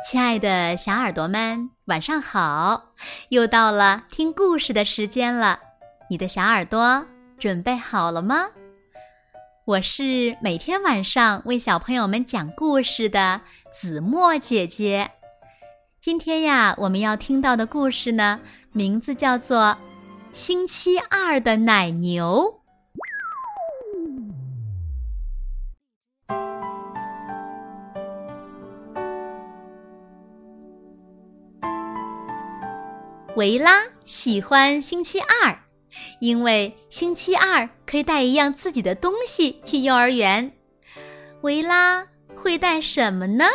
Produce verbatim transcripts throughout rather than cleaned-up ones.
亲爱的小耳朵们，晚上好！又到了听故事的时间了，你的小耳朵准备好了吗？我是每天晚上为小朋友们讲故事的子墨姐姐。今天呀，我们要听到的故事呢，名字叫做《星期二的奶牛》。维拉喜欢星期二，因为星期二可以带一样自己的东西去幼儿园。维拉会带什么呢？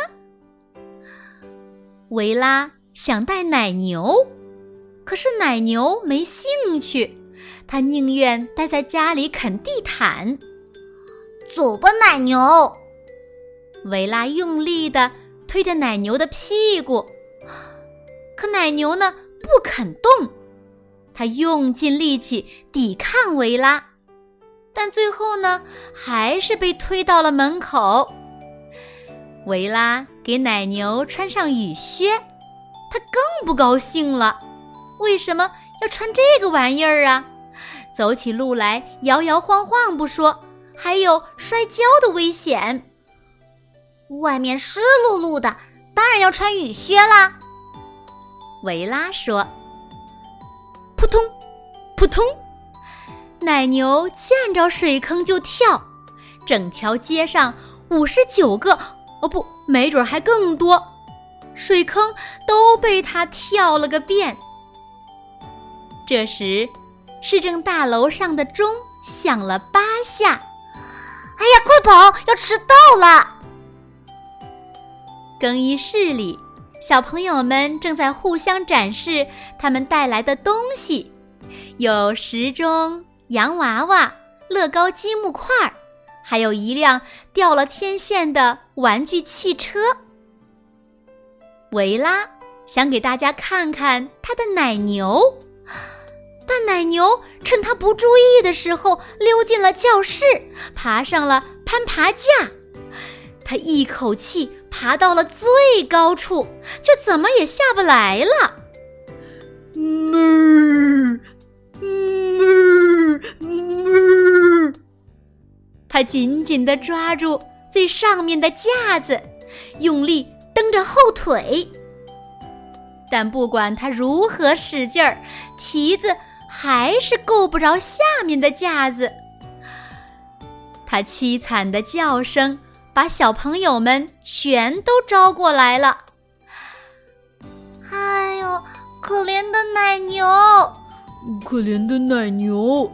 维拉想带奶牛，可是奶牛没兴趣，它宁愿待在家里啃地毯。 走吧，奶牛！ 维拉用力地推着奶牛的屁股，可奶牛呢？不肯动，他用尽力气抵抗维拉，但最后呢，还是被推到了门口。维拉给奶牛穿上雨靴，他更不高兴了。为什么要穿这个玩意儿啊？走起路来摇摇晃晃不说，还有摔跤的危险。 外面湿漉漉的，当然要穿雨靴啦。 维拉说。扑通扑通，奶牛见着水坑就跳，整条街上五十九个，哦不，没准还更多，水坑都被它跳了个遍。这时市政大楼上的钟响了八下。 哎呀，快跑，要迟到了！ 更衣室里，小朋友们正在互相展示他们带来的东西，有时钟、洋娃娃、乐高积木块，还有一辆掉了天线的玩具汽车。维拉想给大家看看他的奶牛，但奶牛趁他不注意的时候溜进了教室，爬上了攀爬架。他一口气爬到了最高处，却怎么也下不来了。哞哞哞！他紧紧地抓住最上面的架子，用力蹬着后腿。但不管他如何使劲儿，蹄子还是够不着下面的架子。他凄惨的叫声把小朋友们全都招过来了。 哎呦，可怜的奶牛， 可怜的奶牛。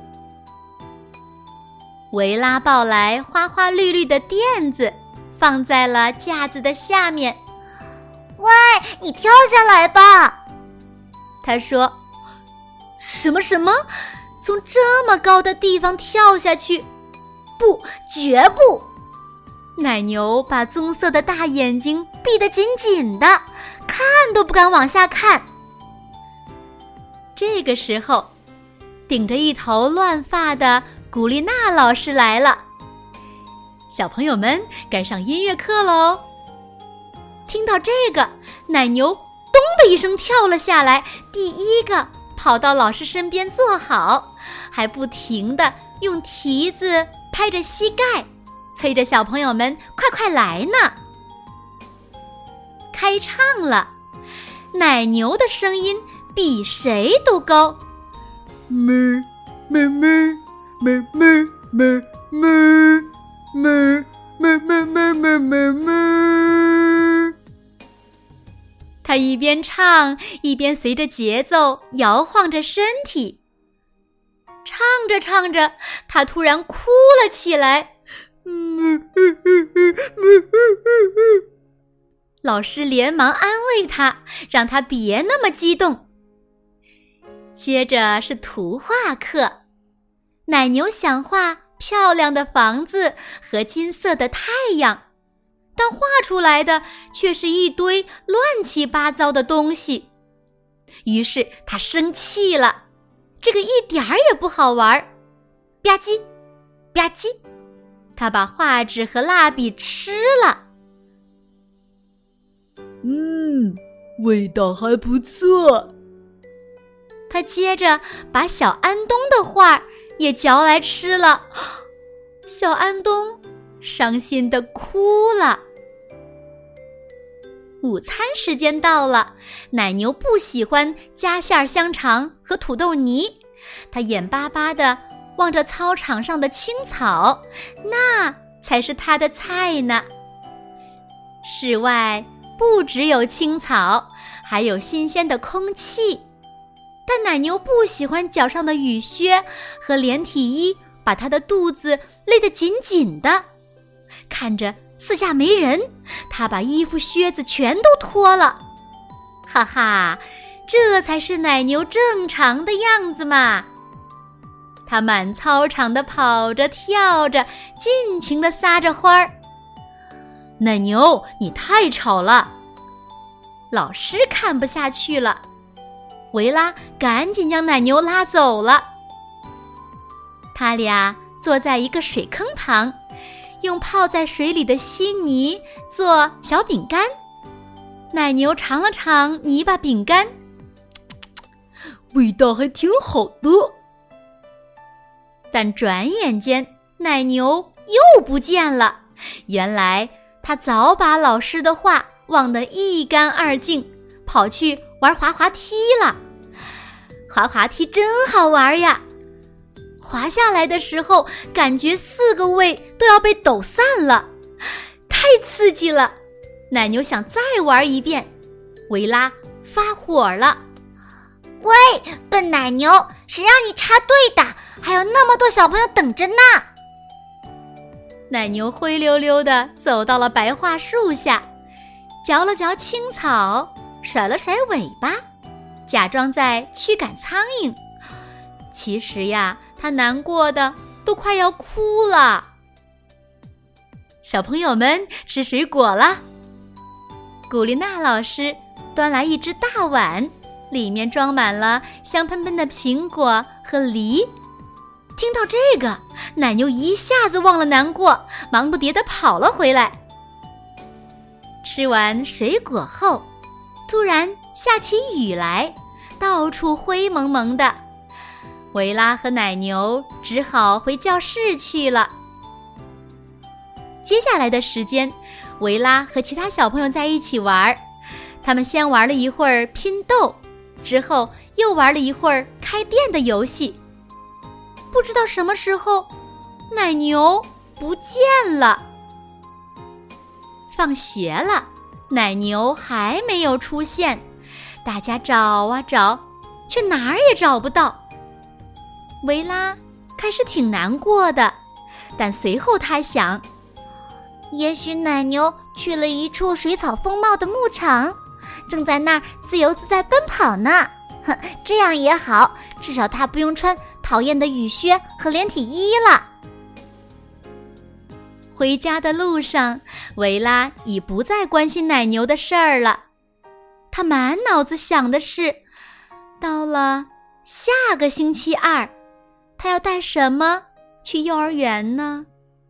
维拉抱来花花绿绿的垫子，放在了架子的下面。 喂，你跳下来吧！ 他说。什么什么？从这么高的地方跳下去？不，绝不！奶牛把棕色的大眼睛闭得紧紧的，看都不敢往下看。这个时候，顶着一头乱发的古丽娜老师来了。小朋友们该上音乐课喽。听到这个，奶牛咚的一声跳了下来，第一个跑到老师身边坐好，还不停地用蹄子拍着膝盖，催着小朋友们快快来呢。开唱了，奶牛的声音比谁都高。哞哞哞哞哞哞哞哞哞哞哞哞哞哞。他一边唱一边随着节奏摇晃着身体。唱着唱着，他突然哭了起来。老师连忙安慰他，让他别那么激动。接着是图画课，奶牛想画漂亮的房子和金色的太阳，但画出来的却是一堆乱七八糟的东西。于是他生气了，这个一点儿也不好玩。吧唧吧唧，他把画纸和蜡笔吃了。 嗯，味道还不错。 他接着把小安东的画也嚼来吃了，小安东伤心地哭了。午餐时间到了，奶牛不喜欢夹馅香肠和土豆泥，它眼巴巴地望着操场上的青草，那才是它的菜呢。室外不只有青草，还有新鲜的空气，但奶牛不喜欢脚上的雨靴和连体衣把它的肚子勒得紧紧的。看着四下没人，他把衣服靴子全都脱了。哈哈，这才是奶牛正常的样子嘛。他满操场的跑着跳着，尽情地撒着欢儿。奶牛，你太吵了！老师看不下去了，维拉赶紧将奶牛拉走了。他俩坐在一个水坑旁，用泡在水里的稀泥做小饼干。奶牛尝了尝泥巴饼干， 味道还挺好的。 但转眼间，奶牛又不见了。原来他早把老师的话忘得一干二净，跑去玩滑滑梯了。滑滑梯真好玩呀！滑下来的时候，感觉四个胃都要被抖散了，太刺激了。奶牛想再玩一遍，维拉发火了： 喂，笨奶牛，谁让你插队的？还有那么多小朋友等着呢！ 奶牛灰溜溜地走到了白桦树下，嚼了嚼青草，甩了甩尾巴，假装在驱赶苍蝇。其实呀，他难过的都快要哭了。小朋友们吃水果了。古丽娜老师端来一只大碗，里面装满了香喷喷的苹果和梨。听到这个，奶牛一下子忘了难过，忙不迭地跑了回来。吃完水果后，突然下起雨来，到处灰蒙蒙的。维拉和奶牛只好回教室去了。接下来的时间，维拉和其他小朋友在一起玩，他们先玩了一会儿拼豆，之后又玩了一会儿开店的游戏。不知道什么时候，奶牛不见了。放学了，奶牛还没有出现，大家找啊找，却哪儿也找不到。维拉开始挺难过的，但随后他想， 也许奶牛去了一处水草丰茂的牧场，正在那儿自由自在奔跑呢。哼，这样也好，至少他不用穿讨厌的雨靴和连体衣了。 回家的路上，维拉已不再关心奶牛的事儿了。他满脑子想的是，到了下个星期二，他要带什么去幼儿园呢？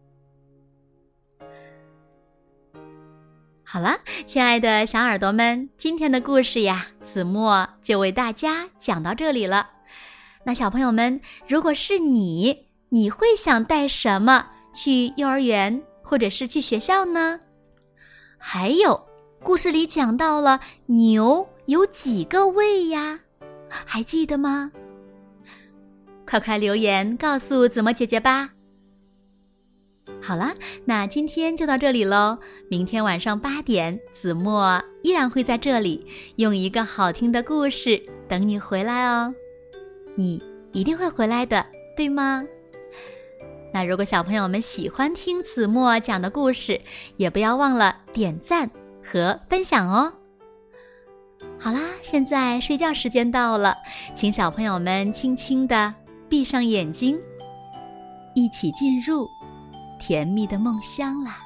好了，亲爱的小耳朵们，今天的故事呀，子墨就为大家讲到这里了。那小朋友们，如果是你，你会想带什么去幼儿园或者是去学校呢？还有，故事里讲到了牛有几个胃呀？还记得吗？快快留言告诉子墨姐姐吧。好啦，那今天就到这里咯。明天晚上八点，子墨依然会在这里，用一个好听的故事等你回来哦。你一定会回来的，对吗？那如果小朋友们喜欢听子墨讲的故事，也不要忘了点赞和分享哦。好啦，现在睡觉时间到了，请小朋友们轻轻地闭上眼睛，一起进入甜蜜的梦乡啦。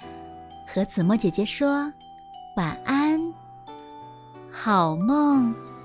和子墨姐姐说晚安，好梦。